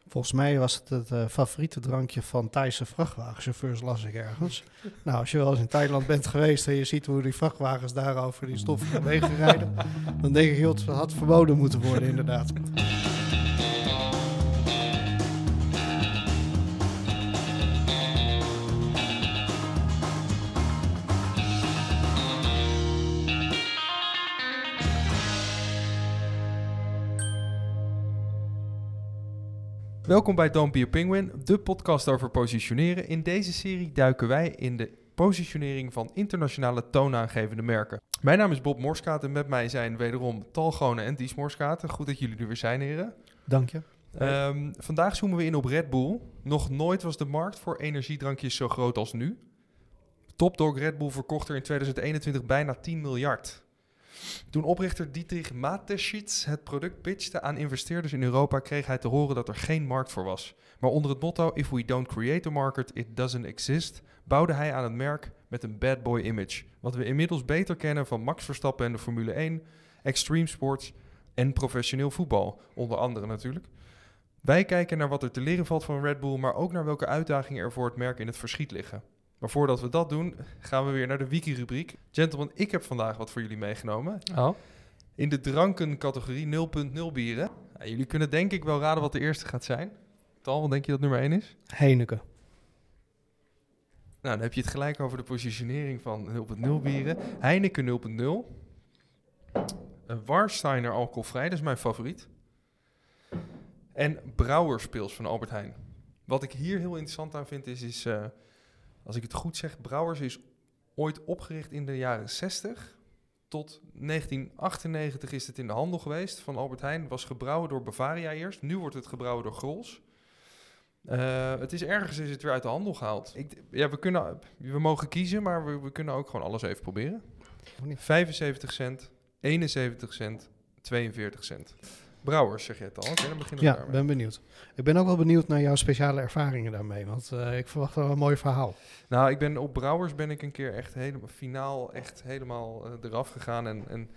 Volgens mij was het favoriete drankje van Thaise vrachtwagenchauffeurs, las ik ergens. Nou, als je wel eens in Thailand bent geweest en je ziet hoe die vrachtwagens daar over die stoffige wegen rijden, dan denk ik, joh, het had verboden moeten worden inderdaad. Welkom bij Don't Be a Penguin, de podcast over positioneren. In deze serie duiken wij in de positionering van internationale toonaangevende merken. Mijn naam is Bob Morskaat en met mij zijn wederom Tal Goonen en Dies Morskaat. Goed dat jullie er weer zijn, heren. Dank je. Vandaag zoomen we in op Red Bull. Nog nooit was de markt voor energiedrankjes zo groot als nu. Top Dog Red Bull verkocht er in 2021 bijna 10 miljard. Toen oprichter Dietrich Mateschitz het product pitchte aan investeerders in Europa, kreeg hij te horen dat er geen markt voor was. Maar onder het motto If we don't create a market, it doesn't exist, bouwde hij aan het merk met een bad boy image. Wat we inmiddels beter kennen van Max Verstappen en de Formule 1, extreme sports en professioneel voetbal, onder andere natuurlijk. Wij kijken naar wat er te leren valt van Red Bull, maar ook naar welke uitdagingen er voor het merk in het verschiet liggen. Maar voordat we dat doen, gaan we weer naar de wiki-rubriek. Gentlemen, ik heb vandaag wat voor jullie meegenomen. Oh. In de drankencategorie 0.0 bieren. Ja, jullie kunnen denk ik wel raden wat de eerste gaat zijn. Tal, wat denk je dat nummer 1 is? Heineken. Nou, dan heb je het gelijk over de positionering van 0.0 bieren. Heineken 0.0. Warsteiner alcoholvrij, dat is mijn favoriet. En Brouwerspils van Albert Heijn. Wat ik hier heel interessant aan vind is als ik het goed zeg, Brouwers is ooit opgericht in de jaren 60. Tot 1998 is het in de handel geweest van Albert Heijn. Was gebrouwen door Bavaria eerst. Nu wordt het gebrouwen door Grols. Het is ergens weer uit de handel gehaald. We mogen kiezen, maar we kunnen ook gewoon alles even proberen. 75 cent, 71 cent, 42 cent. Brouwers, zeg je het al. Okay, dan beginnen we Ja, daarmee. ben benieuwd. Ik ben ook wel benieuwd naar jouw speciale ervaringen daarmee, want ik verwacht wel een mooi verhaal. Nou, op Brouwers ben ik een keer echt helemaal eraf gegaan en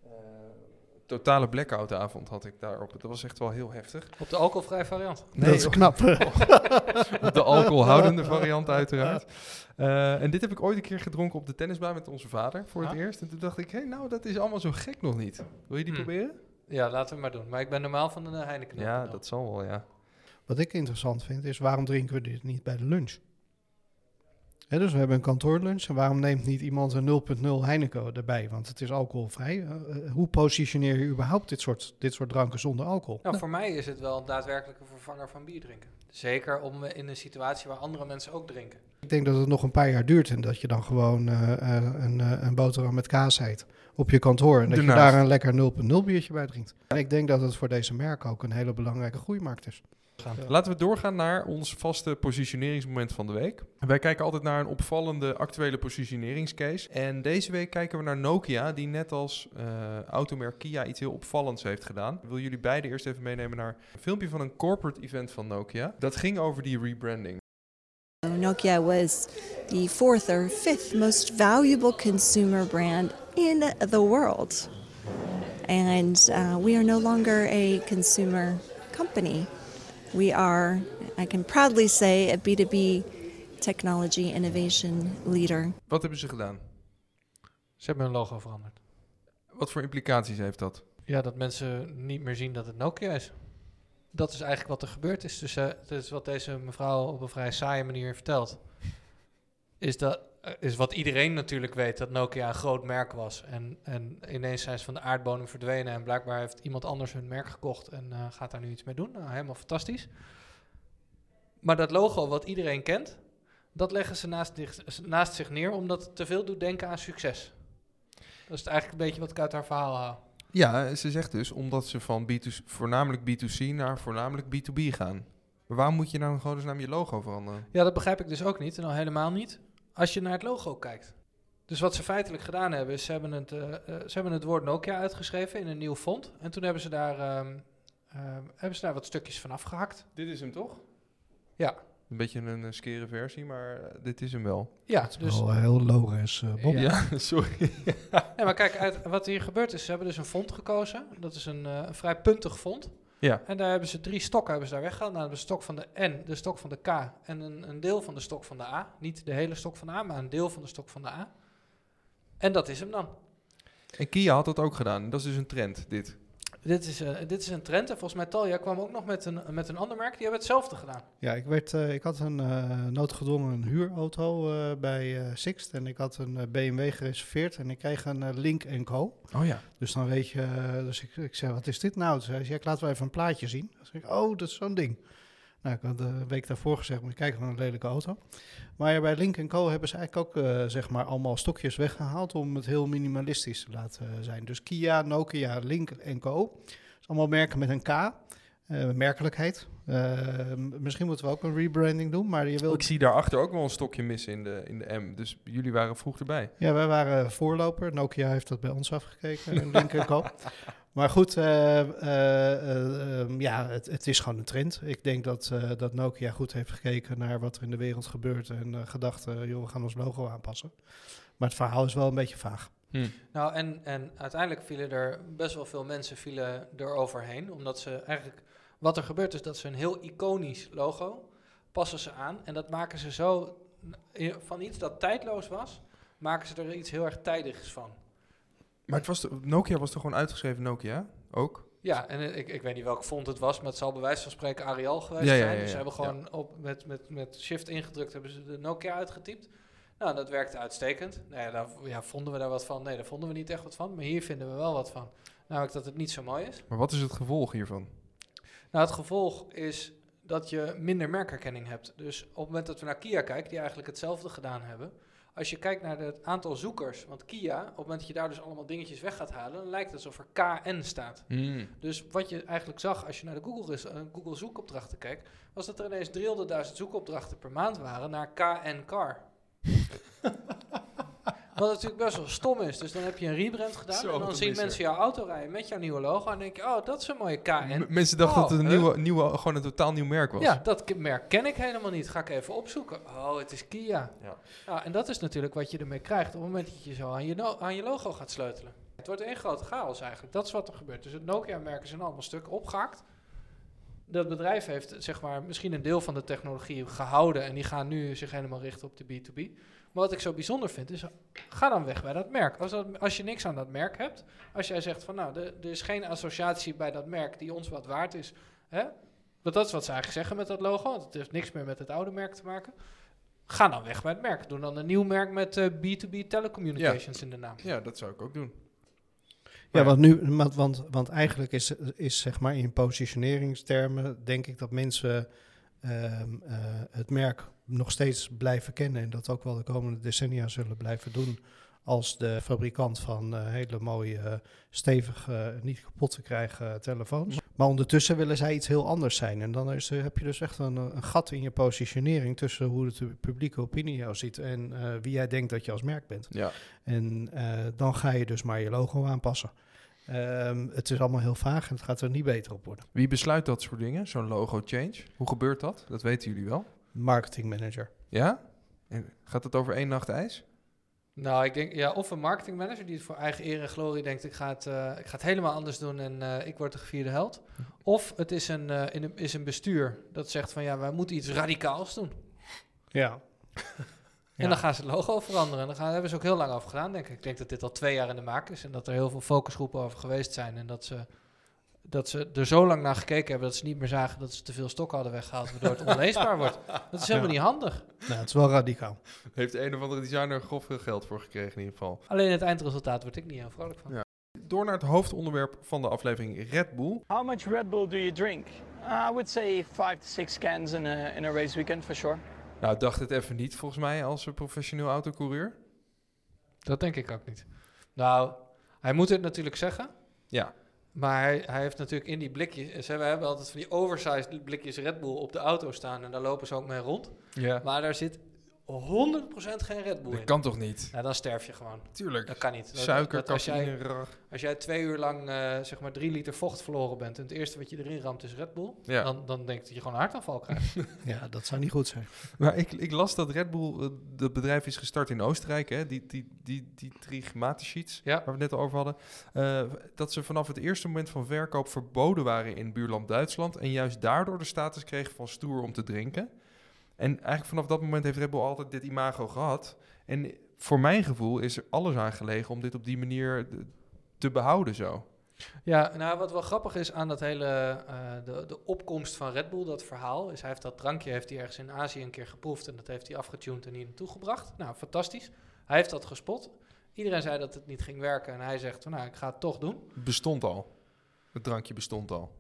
totale blackout avond had ik daarop. Dat was echt wel heel heftig. Op de alcoholvrije variant? Nee, Dat is knap. op de alcoholhoudende variant uiteraard. En dit heb ik ooit een keer gedronken op de tennisbaan met onze vader voor het eerst. En toen dacht ik, dat is allemaal zo gek nog niet. Wil je die proberen? Ja, laten we maar doen. Maar ik ben normaal van de Heineken. Ja, dat zal wel, ja. Wat ik interessant vind is, waarom drinken we dit niet bij de lunch? Dus we hebben een kantoorlunch en waarom neemt niet iemand een 0.0 Heineken erbij? Want het is alcoholvrij. Hoe positioneer je überhaupt dit soort dranken zonder alcohol? Nou, voor mij is het wel een daadwerkelijke vervanger van bier drinken. Zeker in een situatie waar andere mensen ook drinken. Ik denk dat het nog een paar jaar duurt en dat je dan gewoon een boterham met kaas eet op je kantoor. En dat je daar een lekker 0.0 biertje bij drinkt. En ik denk dat het voor deze merken ook een hele belangrijke groeimarkt is. Laten we doorgaan naar ons vaste positioneringsmoment van de week. Wij kijken altijd naar een opvallende actuele positioneringscase. En deze week kijken we naar Nokia, die net als automerk Kia iets heel opvallends heeft gedaan. Ik wil jullie beiden eerst even meenemen naar een filmpje van een corporate event van Nokia. Dat ging over die rebranding. Nokia was the 4th or 5th most valuable consumer brand in the world. And we are no longer a consumer company. We are, I can proudly say, a B2B technology innovation leader. Wat hebben ze gedaan? Ze hebben hun logo veranderd. Wat voor implicaties heeft dat? Ja, dat mensen niet meer zien dat het Nokia is. Dat is eigenlijk wat er gebeurd is. Dus het is wat deze mevrouw op een vrij saaie manier vertelt. Is wat iedereen natuurlijk weet, dat Nokia een groot merk was. En ineens zijn ze van de aardbodem verdwenen. En blijkbaar heeft iemand anders hun merk gekocht en gaat daar nu iets mee doen. Nou, helemaal fantastisch. Maar dat logo wat iedereen kent, dat leggen ze naast zich neer, omdat het te veel doet denken aan succes. Dat is eigenlijk een beetje wat ik uit haar verhaal haal. Ja, ze zegt dus omdat ze van voornamelijk B2C naar voornamelijk B2B gaan. Maar waarom moet je nou in godesnaam je logo veranderen? Ja, dat begrijp ik dus ook niet en al helemaal niet. Als je naar het logo kijkt. Dus wat ze feitelijk gedaan hebben, is ze hebben het woord Nokia uitgeschreven in een nieuw font. En toen hebben ze daar wat stukjes van afgehakt. Dit is hem toch? Ja. Een beetje een skere versie, maar dit is hem wel. Ja, dus... Oh, heel logisch, Bob. Ja, sorry. Nee, maar kijk, wat hier gebeurd is, ze hebben dus een font gekozen. Dat is een vrij puntig font. Ja. En daar hebben ze 3 stokken weggehaald. Nou, de stok van de N, de stok van de K en een deel van de stok van de A. Niet de hele stok van de A, maar een deel van de stok van de A. En dat is hem dan. En Kia had dat ook gedaan. Dat is dus een trend, dit. Dit is een trend. En volgens mij Talja kwam ook nog met een ander merk. Die hebben hetzelfde gedaan. Ja, ik had een noodgedwongen huurauto bij Sixt en ik had een BMW gereserveerd en ik kreeg een Link & Co. Oh ja. Dus dan weet je, ik zei, wat is dit nou? Toen zei ze, ja, ik laat wel even een plaatje zien. Dan zei ik, oh, dat is zo'n ding. Nou, ik had een week daarvoor gezegd, maar kijk, van een lelijke auto. Maar ja, bij Link & Co hebben ze eigenlijk ook, zeg maar, allemaal stokjes weggehaald om het heel minimalistisch te laten zijn. Dus Kia, Nokia, Link & Co. Dat is allemaal merken met een K. Merkelijkheid. Misschien moeten we ook een rebranding doen, maar je wil... Ik zie daarachter ook wel een stokje missen in de M. Dus jullie waren vroeg erbij. Ja, wij waren voorloper. Nokia heeft dat bij ons afgekeken, en Link & Co. Maar goed, ja, het is gewoon een trend. Ik denk dat Nokia goed heeft gekeken naar wat er in de wereld gebeurt en gedacht, joh, we gaan ons logo aanpassen. Maar het verhaal is wel een beetje vaag. Nou, en uiteindelijk vielen er best wel veel mensen er overheen. Omdat ze eigenlijk... Wat er gebeurt is dat ze een heel iconisch logo passen ze aan. En dat maken ze zo... Van iets dat tijdloos was, maken ze er iets heel erg tijdigs van. Maar Nokia was toch gewoon uitgeschreven Nokia? Ook? Ja, en ik weet niet welke font het was, maar het zal bij wijze van spreken Arial geweest zijn. Dus ze hebben gewoon met shift ingedrukt, hebben ze de Nokia uitgetypt. Nou, dat werkte uitstekend. Vonden we daar wat van? Nee, daar vonden we niet echt wat van. Maar hier vinden we wel wat van. Namelijk dat het niet zo mooi is. Maar wat is het gevolg hiervan? Nou, het gevolg is dat je minder merkherkenning hebt. Dus op het moment dat we naar Kia kijken, die eigenlijk hetzelfde gedaan hebben. Als je kijkt naar het aantal zoekers, want Kia, op het moment dat je daar dus allemaal dingetjes weg gaat halen, dan lijkt het alsof er KN staat. Dus wat je eigenlijk zag als je naar de Google zoekopdrachten keek, was dat er ineens 300.000 zoekopdrachten per maand waren naar KN Car. Wat natuurlijk best wel stom is. Dus dan heb je een rebrand gedaan Zo, en dan zien mensen jouw auto rijden met jouw nieuwe logo. En dan denk je, oh, dat is een mooie KN. Mensen dachten dat het een gewoon een totaal nieuw merk was. Ja, dat merk ken ik helemaal niet. Ga ik even opzoeken. Oh, het is Kia. Ja. Nou, en dat is natuurlijk wat je ermee krijgt op het moment dat je zo aan je logo gaat sleutelen. Het wordt één grote chaos eigenlijk. Dat is wat er gebeurt. Dus het Nokia-merk is in allemaal stukken opgehakt. Dat bedrijf heeft zeg maar misschien een deel van de technologie gehouden en die gaan nu zich helemaal richten op de B2B. Maar wat ik zo bijzonder vind is, ga dan weg bij dat merk. Als je niks aan dat merk hebt, als jij zegt van nou, er is geen associatie bij dat merk die ons wat waard is. Hè? Want dat is wat ze eigenlijk zeggen met dat logo, want het heeft niks meer met het oude merk te maken. Ga dan weg bij het merk. Doe dan een nieuw merk met B2B telecommunications in de naam. Ja, dat zou ik ook doen. Ja, want eigenlijk is zeg maar in positioneringstermen denk ik dat mensen het merk nog steeds blijven kennen en dat ook wel de komende decennia zullen blijven doen als de fabrikant van hele mooie, stevige, niet kapot te krijgen telefoons. Maar ondertussen willen zij iets heel anders zijn. En dan heb je dus echt een gat in je positionering tussen hoe de publieke opinie jou ziet en wie jij denkt dat je als merk bent. Ja. En dan ga je dus maar je logo aanpassen. Het is allemaal heel vaag en het gaat er niet beter op worden. Wie besluit dat soort dingen? Zo'n logo change? Hoe gebeurt dat? Dat weten jullie wel. Marketing manager. Ja? En gaat het over 1 nacht ijs? Nou, ik denk, of een marketingmanager die het voor eigen eer en glorie denkt, ik ga het helemaal anders doen en ik word de gevierde held. Of het is een bestuur dat zegt van ja, wij moeten iets radicaals doen. Ja. En dan gaan ze het logo veranderen. En daar hebben ze ook heel lang over gedaan, denk ik. Ik denk dat dit al 2 jaar in de maak is en dat er heel veel focusgroepen over geweest zijn. En dat ze er zo lang naar gekeken hebben dat ze niet meer zagen dat ze te veel stokken hadden weggehaald, waardoor het onleesbaar wordt. Dat is helemaal niet handig. Nou, het is wel radicaal. Heeft een of andere designer grof veel geld voor gekregen in ieder geval. Alleen het eindresultaat word ik niet heel vrolijk van. Ja. Door naar het hoofdonderwerp van de aflevering Red Bull. How much Red Bull do you drink? I would say 5 to 6 cans in a race weekend for sure. Nou, dacht het even niet volgens mij als professioneel autocoureur. Dat denk ik ook niet. Nou, hij moet het natuurlijk zeggen. Ja. Maar hij heeft natuurlijk in die blikjes... We hebben altijd van die oversized blikjes Red Bull op de auto staan. En daar lopen ze ook mee rond. Ja. Maar daar zit geen Red Bull Dat in. kan toch niet? Nou, dan sterf je gewoon. Tuurlijk. Dat kan niet. Suiker, als cafeïne. Als jij 2 uur lang 3 liter vocht verloren bent en het eerste wat je erin ramt is Red Bull, Ja. dan denk ik dat je gewoon een hartaanval krijgt. Ja, dat zou niet goed zijn. Maar ik las dat Red Bull, dat bedrijf is gestart in Oostenrijk, hè? Die Trigmatischiets, Ja. waar we het net over hadden. Dat ze vanaf het eerste moment van verkoop verboden waren in buurland Duitsland en juist daardoor de status kregen van stoer om te drinken. En eigenlijk vanaf dat moment heeft Red Bull altijd dit imago gehad. En voor mijn gevoel is er alles aan gelegen om dit op die manier te behouden zo. Ja, nou wat wel grappig is aan dat hele, de opkomst van Red Bull, dat verhaal, is hij heeft dat drankje ergens in Azië een keer geproefd en dat heeft hij afgetuned en hier naartoe gebracht. Nou, fantastisch. Hij heeft dat gespot. Iedereen zei dat het niet ging werken en hij zegt, nou, ik ga het toch doen. Bestond al. Het drankje bestond al.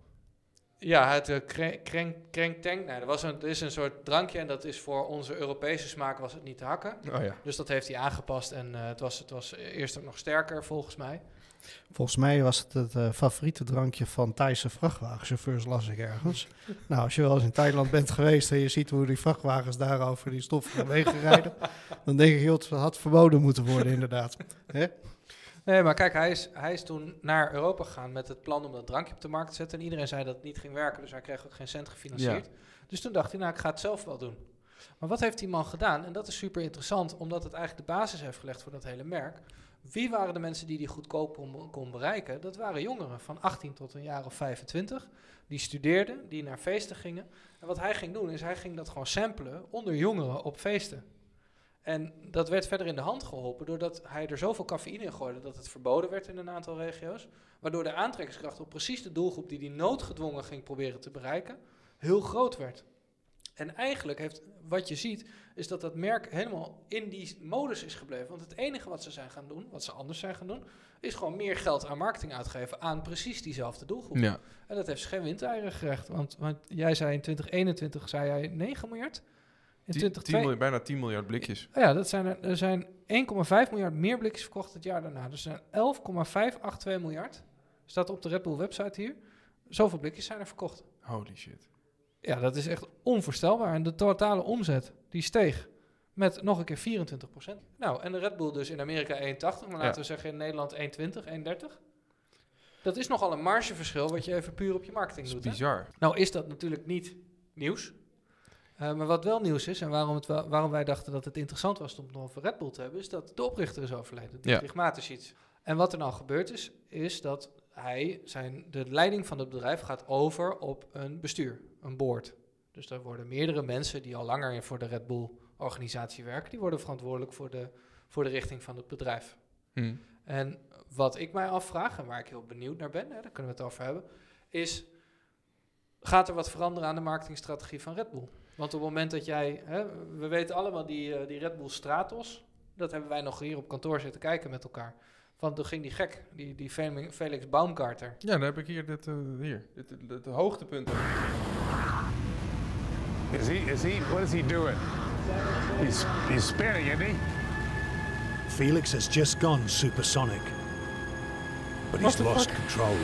Ja, het Krenk Tank, er is een soort drankje en dat is voor onze Europese smaak was het niet te hakken. Oh ja. Dus dat heeft hij aangepast en het was eerst ook nog sterker volgens mij. Volgens mij was het favoriete drankje van Thaise vrachtwagenchauffeurs, las ik ergens. Nou, als je wel eens in Thailand bent geweest en je ziet hoe die vrachtwagens daar over die stoffige wegen rijden, dan denk ik, joh, het had verboden moeten worden inderdaad. Hè? Nee, maar kijk, hij is toen naar Europa gegaan met het plan om dat drankje op de markt te zetten. En iedereen zei dat het niet ging werken, dus hij kreeg ook geen cent gefinancierd. Ja. Dus toen dacht hij, nou, ik ga het zelf wel doen. Maar wat heeft die man gedaan? En dat is super interessant, omdat het eigenlijk de basis heeft gelegd voor dat hele merk. Wie waren de mensen die goedkoop kon bereiken? Dat waren jongeren van 18 tot een jaar of 25. Die studeerden, die naar feesten gingen. En wat hij ging doen, is hij ging dat gewoon samplen onder jongeren op feesten. En dat werd verder in de hand geholpen doordat hij er zoveel cafeïne in gooide dat het verboden werd in een aantal regio's. Waardoor de aantrekkingskracht op precies de doelgroep die noodgedwongen ging proberen te bereiken, heel groot werd. En eigenlijk wat je ziet, is dat merk helemaal in die modus is gebleven. Want het enige wat ze anders zijn gaan doen, is gewoon meer geld aan marketing uitgeven aan precies diezelfde doelgroep. Ja. En dat heeft ze geen windeieren gerecht. Want jij zei in 2021, zei jij 9 miljard? In bijna 10 miljard blikjes. Ja, er zijn 1,5 miljard meer blikjes verkocht het jaar daarna. Dus er zijn 11,582 miljard. Staat op de Red Bull website hier. Zoveel blikjes zijn er verkocht. Holy shit. Ja, dat is echt onvoorstelbaar. En de totale omzet, die steeg met nog een keer 24%. Nou, en de Red Bull dus in Amerika 1,80. Maar laten we zeggen in Nederland 1,20, 1,30. Dat is nogal een margeverschil wat je even puur op je marketing doet. Dat is bizar. Hè? Nou is dat natuurlijk niet nieuws. Maar wat wel nieuws is, en waarom wij dachten dat het interessant was om het over Red Bull te hebben, is dat de oprichter is overleden, Trigmatischiets. En wat er nou gebeurd is dat de leiding van het bedrijf gaat over op een bestuur, een board. Dus daar worden meerdere mensen die al langer voor de Red Bull-organisatie werken, die worden verantwoordelijk voor de richting van het bedrijf. En wat ik mij afvraag, en waar ik heel benieuwd naar ben, daar kunnen we het over hebben, is, gaat er wat veranderen aan de marketingstrategie van Red Bull? Want op het moment dat we weten allemaal die Red Bull Stratos, dat hebben wij nog hier op kantoor zitten kijken met elkaar. Want toen ging die gek, die Felix Baumgartner. Ja, dan heb ik hier het hoogtepunt. What is he doing? He's spinning, isn't he? Felix has just gone supersonic, but he's lost control.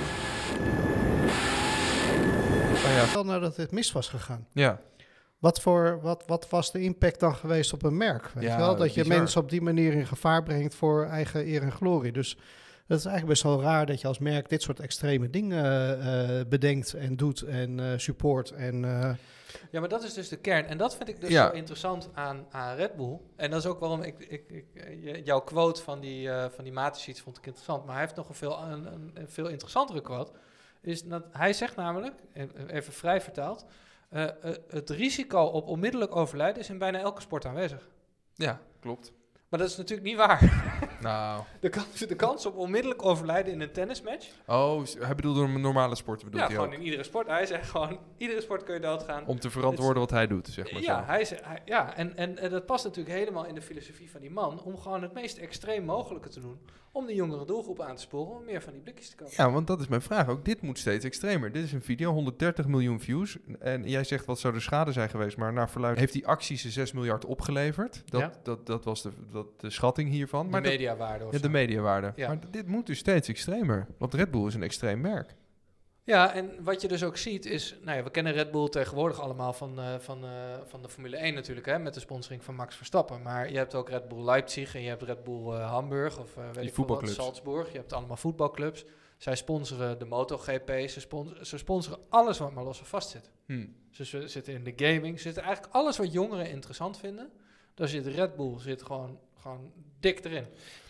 Stel nou dat het mis was gegaan. Ja. Wat was de impact dan geweest op een merk? Weet je wel? Dat je mensen op die manier in gevaar brengt voor eigen eer en glorie. Dus dat is eigenlijk best wel raar dat je als merk dit soort extreme dingen bedenkt en doet en support. Ja, maar dat is dus de kern. En dat vind ik dus zo interessant aan Red Bull. En dat is ook waarom jouw quote van die Mateschitz vond ik interessant. Maar hij heeft nog een veel interessantere quote. Is dat hij zegt namelijk, even vrij vertaald, het risico op onmiddellijk overlijden is in bijna elke sport aanwezig. Ja, klopt. Maar dat is natuurlijk niet waar. Nou. De kans op onmiddellijk overlijden in een tennismatch. Oh, hij bedoelde een normale sport. Ja, gewoon in iedere sport. Hij zegt gewoon, iedere sport kun je doodgaan. Om te verantwoorden wat hij doet, zeg maar. Ja, en dat past natuurlijk helemaal in de filosofie van die man. Om gewoon het meest extreem mogelijke te doen. Om de jongere doelgroep aan te sporen om meer van die blikjes te kopen. Ja, want dat is mijn vraag ook. Dit moet steeds extremer. Dit is een video, 130 miljoen views. En jij zegt, wat zou de schade zijn geweest? Maar naar verluidt heeft die actie ze 6 miljard opgeleverd. Dat was de schatting hiervan. Maar de mediawaarde of de mediawaarde. Ja. Maar dit moet dus steeds extremer. Want Red Bull is een extreem merk. Ja, en wat je dus ook ziet is, nou ja, we kennen Red Bull tegenwoordig allemaal van de Formule 1 natuurlijk, hè, met de sponsoring van Max Verstappen. Maar je hebt ook Red Bull Leipzig en je hebt Red Bull Hamburg of weet ik veel wat, Salzburg. Je hebt allemaal voetbalclubs. Zij sponsoren de MotoGP, ze sponsoren alles wat maar los en vast zit. Dus ze zitten in de gaming, ze zitten eigenlijk alles wat jongeren interessant vinden. Daar zit Red Bull gewoon dik erin.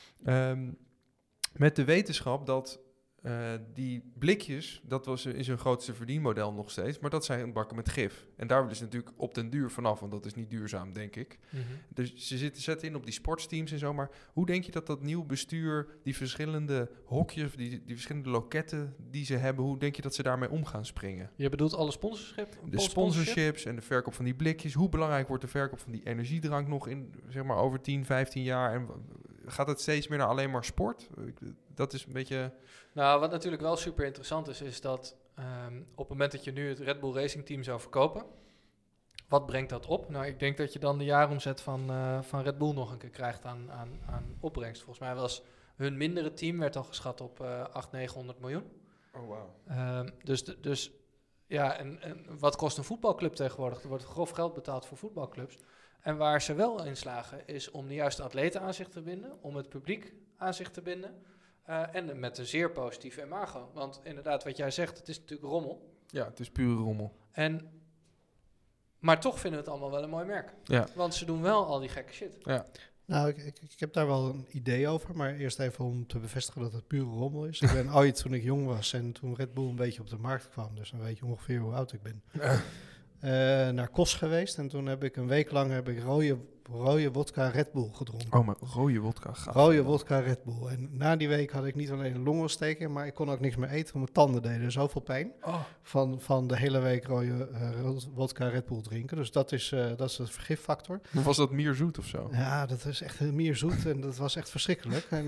Met de wetenschap dat die blikjes, is hun grootste verdienmodel nog steeds, maar dat zijn bakken met gif. En daar willen ze natuurlijk op den duur vanaf, want dat is niet duurzaam, denk ik. Dus ze zetten in op die sportsteams en zo, maar hoe denk je dat nieuw bestuur, die verschillende hokjes, die verschillende loketten die ze hebben, hoe denk je dat ze daarmee om gaan springen? Je bedoelt alle sponsorships en de verkoop van die blikjes. Hoe belangrijk wordt de verkoop van die energiedrank nog in, zeg maar, over 10, 15 jaar? En gaat het steeds meer naar alleen maar sport? Dat is een beetje... Nou, wat natuurlijk wel super interessant is dat op het moment dat je nu het Red Bull Racing Team zou verkopen, wat brengt dat op? Nou, ik denk dat je dan de jaaromzet van Red Bull nog een keer krijgt aan opbrengst. Volgens mij was hun mindere team werd al geschat op 800-900 miljoen. Oh, wow. Dus ja, en wat kost een voetbalclub tegenwoordig? Er wordt grof geld betaald voor voetbalclubs. En waar ze wel in slagen is om de juiste atleten aan zich te binden, om het publiek aan zich te binden. En met een zeer positieve imago. Want inderdaad, wat jij zegt, het is natuurlijk rommel. Ja, het is pure rommel. Maar toch vinden we het allemaal wel een mooi merk. Ja. Want ze doen wel al die gekke shit. Ja. Nou, ik heb daar wel een idee over, maar eerst even om te bevestigen dat het pure rommel is. Ik ben ooit, toen ik jong was en toen Red Bull een beetje op de markt kwam, dus dan weet je ongeveer hoe oud ik ben, naar Kos geweest. En toen heb ik een week lang rode wodka Red Bull gedronken. Oh, maar rode wodka gaat. Rode wodka Red Bull. En na die week had ik niet alleen een longontsteking, maar ik kon ook niks meer eten, want mijn tanden deden zoveel pijn. Van de hele week rode wodka Red Bull drinken. Dus dat is de vergiffactor. Was dat meer zoet of zo? Ja, dat is echt meer zoet en dat was echt verschrikkelijk. En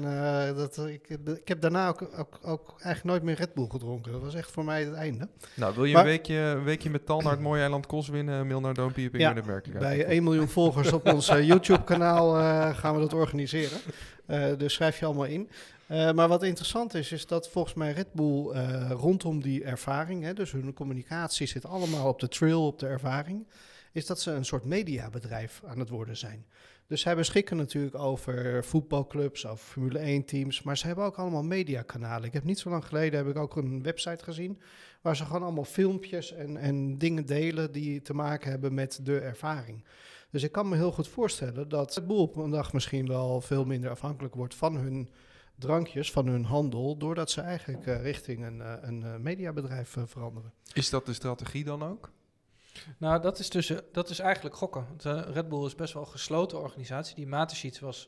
ik heb daarna ook eigenlijk nooit meer Red Bull gedronken. Dat was echt voor mij het einde. Nou, wil je een weekje met Tal naar het mooie eiland Kos winnen? Mail naar Don't Be a Pig in de werkelijkheid. Bij 1 miljoen volgers op ons YouTube-kanaal gaan we dat organiseren. Dus schrijf je allemaal in. Maar wat interessant is dat volgens mij Red Bull rondom die ervaring, dus hun communicatie zit allemaal op de trail, op de ervaring, is dat ze een soort mediabedrijf aan het worden zijn. Dus zij beschikken natuurlijk over voetbalclubs, over Formule 1-teams, maar ze hebben ook allemaal mediakanalen. Ik heb niet zo lang geleden ook een website gezien waar ze gewoon allemaal filmpjes en dingen delen die te maken hebben met de ervaring. Dus ik kan me heel goed voorstellen dat Red Bull op een dag misschien wel veel minder afhankelijk wordt van hun drankjes, van hun handel, doordat ze eigenlijk richting een mediabedrijf veranderen. Is dat de strategie dan ook? Nou, dat is eigenlijk gokken. Red Bull is best wel een gesloten organisatie. Die Mateschitz was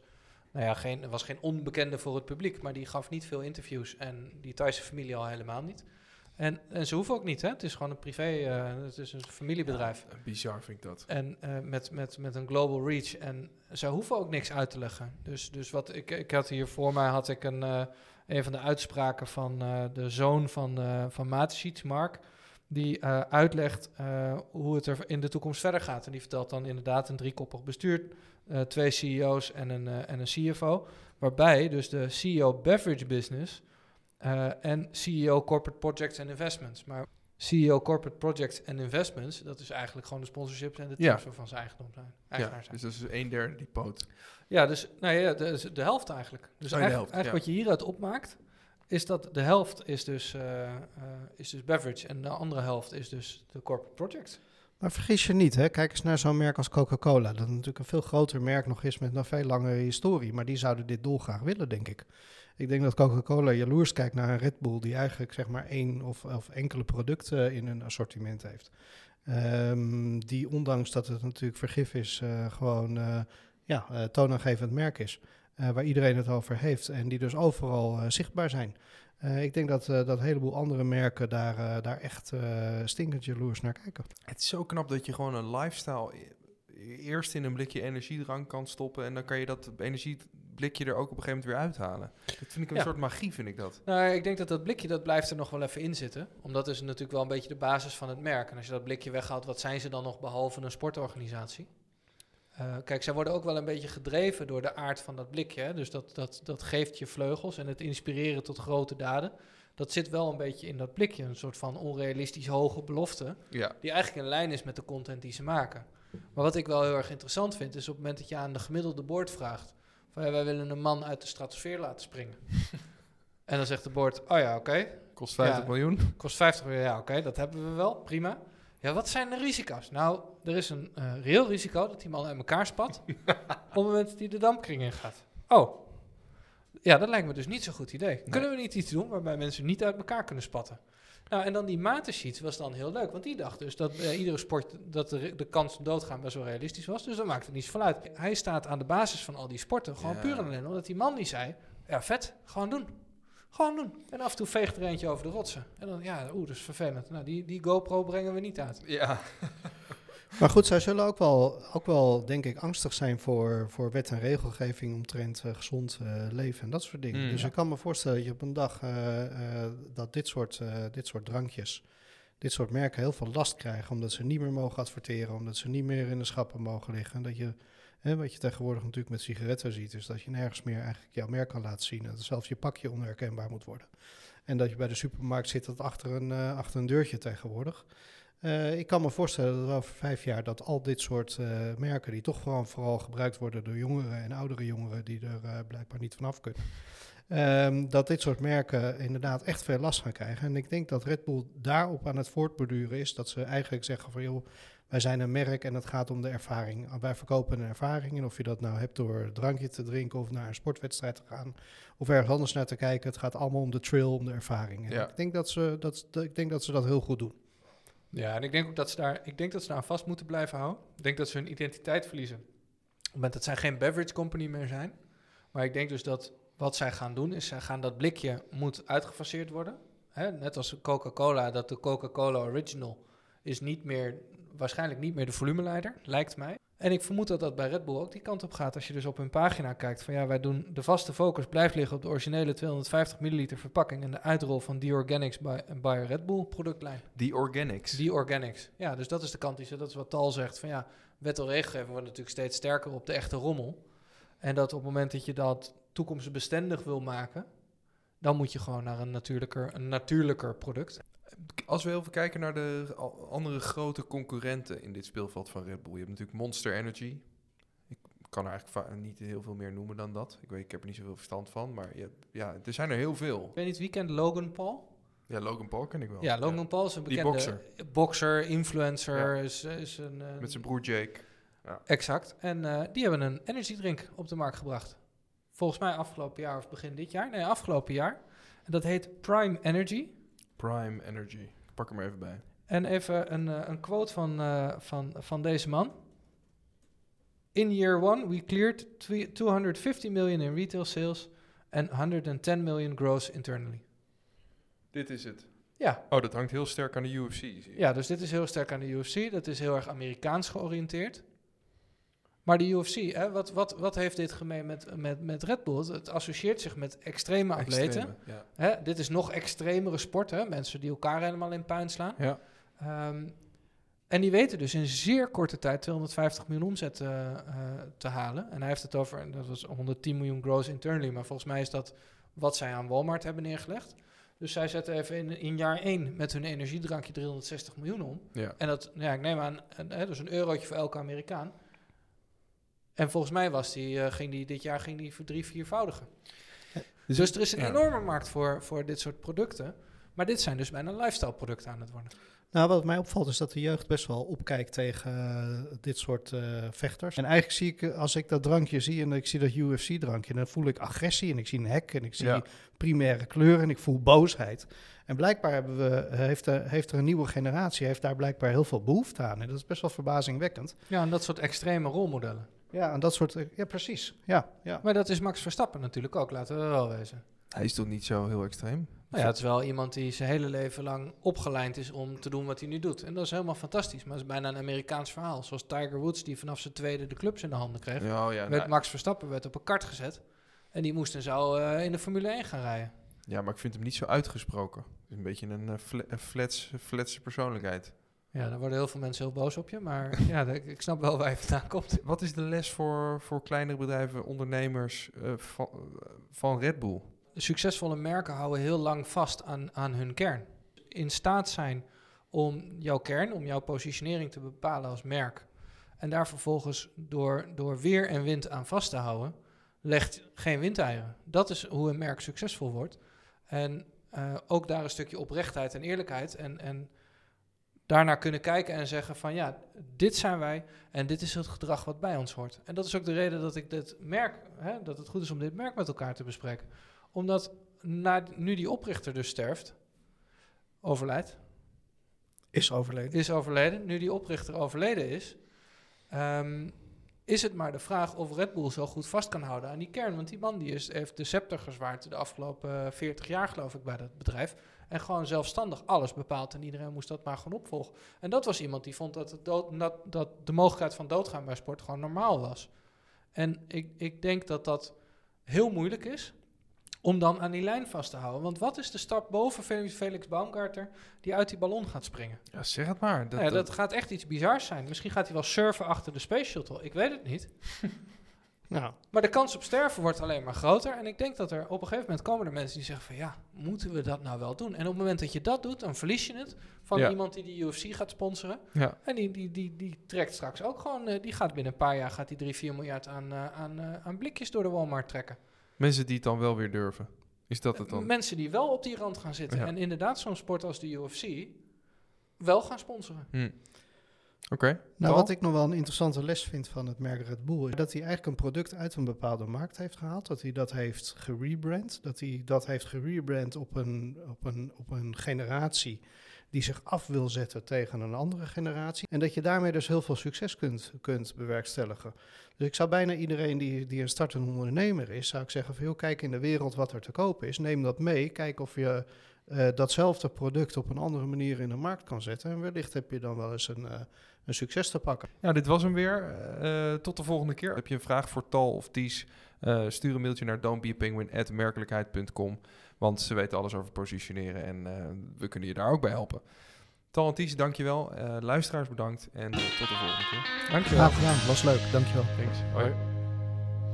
geen onbekende voor het publiek, maar die gaf niet veel interviews en die Thaise familie al helemaal niet. En ze hoeven ook niet, hè? Het is gewoon een privé, het is een familiebedrijf. Ja, bizar vind ik dat. En met een global reach. En ze hoeven ook niks uit te leggen. Dus wat ik had hier voor mij een van de uitspraken van de zoon van Mateschitz, Mark, die uitlegt hoe het er in de toekomst verder gaat. En die vertelt dan inderdaad een 3-koppig bestuur, 2 CEO's en een CFO, waarbij dus de CEO Beverage Business en CEO Corporate Projects and Investments. Maar CEO Corporate Projects and Investments, dat is eigenlijk gewoon de sponsorships en de teams waarvan ze eigendom zijn. Dus dat is 1/3 die poot. Ja, dus de helft eigenlijk. Dus eigenlijk wat je hieruit opmaakt, is dat de helft is dus beverage en de andere helft is dus de corporate projects. Maar vergis je niet, hè? Kijk eens naar zo'n merk als Coca-Cola. Dat natuurlijk een veel groter merk nog is met een veel langere historie. Maar die zouden dit dolgraag willen, denk ik. Ik denk dat Coca-Cola jaloers kijkt naar een Red Bull die eigenlijk zeg maar 1 of enkele producten in hun assortiment heeft. Die ondanks dat het natuurlijk vergif is, toonaangevend merk is. Waar iedereen het over heeft en die dus overal zichtbaar zijn. Ik denk dat een heleboel andere merken daar echt stinkend jaloers naar kijken. Het is zo knap dat je gewoon een lifestyle eerst in een blikje energiedrank kan stoppen en dan kan je dat energieblikje er ook op een gegeven moment weer uithalen. Dat vind ik een soort magie, vind ik dat. Nou, ik denk dat blikje, dat blijft er nog wel even in zitten. Omdat is natuurlijk wel een beetje de basis van het merk. En als je dat blikje weghaalt, wat zijn ze dan nog behalve een sportorganisatie? Kijk, zij worden ook wel een beetje gedreven door de aard van dat blikje. Hè? Dus dat geeft je vleugels en het inspireren tot grote daden. dat zit wel een beetje in dat blikje. Een soort van onrealistisch hoge belofte. Ja. Die eigenlijk in lijn is met de content die ze maken. Maar wat ik wel heel erg interessant vind, is op het moment dat je aan de gemiddelde board vraagt, van, wij willen een man uit de stratosfeer laten springen. En dan zegt de board, oh ja, oké. Kost 50 miljoen. Kost 50 miljoen, ja oké, dat hebben we wel, prima. Ja, wat zijn de risico's? Nou, er is een reëel risico dat die man uit elkaar spat op het moment dat hij de dampkring in gaat. Oh, ja, dat lijkt me dus niet zo'n goed idee. Nee. Kunnen we niet iets doen waarbij mensen niet uit elkaar kunnen spatten? Nou, en dan die matensheet was dan heel leuk, want die dacht dus dat iedere sport, dat de kans om doodgaan best wel realistisch was. Dus dat maakt het niet zoveel uit. Hij staat aan de basis van al die sporten gewoon puur en alleen omdat die man die zei, ja vet, gewoon doen. Gewoon doen. En af en toe veegt er eentje over de rotsen. En dan, ja, dat is vervelend. Nou, die GoPro brengen we niet uit. Ja. Maar goed, zij zullen ook wel, denk ik, angstig zijn voor wet en regelgeving omtrent gezond leven en dat soort dingen. Dus ik kan me voorstellen dat je op een dag dat dit soort drankjes, dit soort merken heel veel last krijgen, omdat ze niet meer mogen adverteren, omdat ze niet meer in de schappen mogen liggen. Dat je, wat je tegenwoordig natuurlijk met sigaretten ziet, is dat je nergens meer eigenlijk jouw merk kan laten zien. Dat zelfs je pakje onherkenbaar moet worden. En dat je bij de supermarkt zit dat achter een deurtje tegenwoordig. Ik kan me voorstellen dat over 5 jaar dat al dit soort merken, die toch vooral gebruikt worden door jongeren en oudere jongeren die er blijkbaar niet vanaf kunnen, dat dit soort merken inderdaad echt veel last gaan krijgen. En ik denk dat Red Bull daarop aan het voortborduren is, dat ze eigenlijk zeggen van joh, wij zijn een merk en het gaat om de ervaring. Wij verkopen een ervaring en of je dat nou hebt door een drankje te drinken of naar een sportwedstrijd te gaan of ergens anders naar te kijken, het gaat allemaal om de thrill, om de ervaring. En ik denk dat ze dat heel goed doen. Ja, en ik denk ook dat ze daar aan vast moeten blijven houden. Ik denk dat ze hun identiteit verliezen. Op het moment dat zij geen beverage company meer zijn. Maar ik denk dus dat wat zij gaan doen, is zij gaan dat blikje moet uitgefaseerd worden. Hè? Net als Coca-Cola, dat de Coca-Cola Original is waarschijnlijk niet meer de volumeleider, lijkt mij. En ik vermoed dat dat bij Red Bull ook die kant op gaat. Als je dus op hun pagina kijkt van ja, wij doen de vaste focus blijft liggen op de originele 250 milliliter verpakking en de uitrol van The Organics bij Red Bull productlijn. The Organics. Ja, dus dat is de kant die dat is wat Tal zegt van ja, wet en regelgeving wordt natuurlijk steeds sterker op de echte rommel. En dat op het moment dat je dat toekomstbestendig wil maken, dan moet je gewoon naar een natuurlijker product. Als we even kijken naar de andere grote concurrenten in dit speelveld van Red Bull. Je hebt natuurlijk Monster Energy. Ik kan er eigenlijk niet heel veel meer noemen dan dat. Ik heb er niet zoveel verstand van, maar er zijn er heel veel. Ik weet niet, wie kent Logan Paul? Ja, Logan Paul ken ik wel. Ja, Logan Paul is een bekende bokser, influencer. Is een, met zijn broer Jake. Ja. Exact. En die hebben een energy drink op de markt gebracht. Volgens mij afgelopen jaar of begin dit jaar. Nee, afgelopen jaar. En dat heet Prime Energy. Prime Energy. Ik pak hem er even bij. En even een quote van deze man. In year one, we cleared 250 million in retail sales and 110 million gross internally. Dit is het. Ja. Oh, dat hangt heel sterk aan de UFC. Zie je. Ja, dus dit is heel sterk aan de UFC. Dat is heel erg Amerikaans georiënteerd. Maar de UFC, wat heeft dit gemeen met Red Bull? Het associeert zich met extreme atleten. Ja. Dit is nog extremere sport. Mensen die elkaar helemaal in puin slaan. Ja. En die weten dus in zeer korte tijd 250 miljoen omzet te halen. En hij heeft het over, dat was 110 miljoen gross internally. Maar volgens mij is dat wat zij aan Walmart hebben neergelegd. Dus zij zetten even in jaar 1 met hun energiedrankje 360 miljoen om. Ja. En dat, ik neem aan, dus een eurotje voor elke Amerikaan. En volgens mij ging die dit jaar verdrie-viervoudigen. Dus er is een enorme markt voor dit soort producten. Maar dit zijn dus bijna lifestyle producten aan het worden. Nou, wat mij opvalt is dat de jeugd best wel opkijkt tegen dit soort vechters. En eigenlijk zie ik, als ik dat drankje zie en ik zie dat UFC-drankje, dan voel ik agressie en ik zie een hek en ik zie primaire kleuren en ik voel boosheid. En blijkbaar heeft er een nieuwe generatie, heeft daar blijkbaar heel veel behoefte aan. En dat is best wel verbazingwekkend. Ja, en dat soort extreme rolmodellen. Ja, en dat soort, ja precies. Ja. Maar dat is Max Verstappen natuurlijk ook, laten we wel wezen. Hij is toch niet zo heel extreem? Nou ja, het is wel iemand die zijn hele leven lang opgeleid is om te doen wat hij nu doet. En dat is helemaal fantastisch. Maar het is bijna een Amerikaans verhaal. Zoals Tiger Woods, die vanaf zijn tweede de clubs in de handen kreeg. Max Verstappen werd op een kart gezet. En die moest en zo in de Formule 1 gaan rijden. Ja, maar ik vind hem niet zo uitgesproken. Een beetje een fletse persoonlijkheid. Ja, daar worden heel veel mensen heel boos op je. Maar ja, ik snap wel waar je vandaan komt. Wat is de les voor kleinere bedrijven, ondernemers van Red Bull? succesvolle merken houden heel lang vast aan hun kern. In staat zijn om jouw kern, om jouw positionering te bepalen als merk. En daar vervolgens door weer en wind aan vast te houden, legt geen windeieren. Dat is hoe een merk succesvol wordt. En ook daar een stukje oprechtheid en eerlijkheid. En daarnaar kunnen kijken en zeggen van ja, dit zijn wij en dit is het gedrag wat bij ons hoort. En dat is ook de reden dat ik dit merk, dat het goed is om dit merk met elkaar te bespreken. Omdat nu die oprichter dus overlijdt. Is overleden. Is overleden. Nu die oprichter overleden is het maar de vraag of Red Bull zo goed vast kan houden aan die kern. Want die man heeft de scepter gezwaard de afgelopen 40 jaar, geloof ik, bij dat bedrijf. En gewoon zelfstandig alles bepaald en iedereen moest dat maar gewoon opvolgen. En dat was iemand die vond dat de mogelijkheid van doodgaan bij sport gewoon normaal was. En ik denk dat dat heel moeilijk is om dan aan die lijn vast te houden. Want wat is de stap boven Felix Baumgartner die uit die ballon gaat springen? Ja, zeg het maar. Dat gaat echt iets bizars zijn. Misschien gaat hij wel surfen achter de Space Shuttle. Ik weet het niet. Nou, Maar de kans op sterven wordt alleen maar groter. En ik denk dat er op een gegeven moment komen er mensen die zeggen van ja, moeten we dat nou wel doen? En op het moment dat je dat doet, dan verlies je het van iemand die de UFC gaat sponsoren. Ja. En die trekt straks ook gewoon, die gaat binnen een paar jaar gaat die 3-4 miljard aan blikjes door de Walmart trekken. Mensen die het dan wel weer durven. Is dat het dan? Mensen die wel op die rand gaan zitten. Ja. En inderdaad zo'n sport als de UFC wel gaan sponsoren. Oké. Nou, Paul? wat ik nog wel een interessante les vind van het merk Red Bull, is dat hij eigenlijk een product uit een bepaalde markt heeft gehaald, dat hij dat heeft gerebrand, dat hij dat heeft gerebrand op een generatie die zich af wil zetten tegen een andere generatie. En dat je daarmee dus heel veel succes kunt bewerkstelligen. Dus ik zou bijna iedereen die een startende ondernemer is, zou ik zeggen van joh, kijk in de wereld wat er te kopen is, neem dat mee, kijk of je datzelfde product op een andere manier in de markt kan zetten. En wellicht heb je dan wel eens een succes te pakken. Ja, dit was hem weer. Tot de volgende keer. Heb je een vraag voor Tal of Ties? Stuur een mailtje naar don'tbeapenguin@merkelijkheid.com. Want ze weten alles over positioneren en we kunnen je daar ook bij helpen. Tal en Ties, dankjewel. Luisteraars bedankt en tot de volgende keer. Dankjewel. Graag gedaan, was leuk, dankjewel. Thanks. Hoi.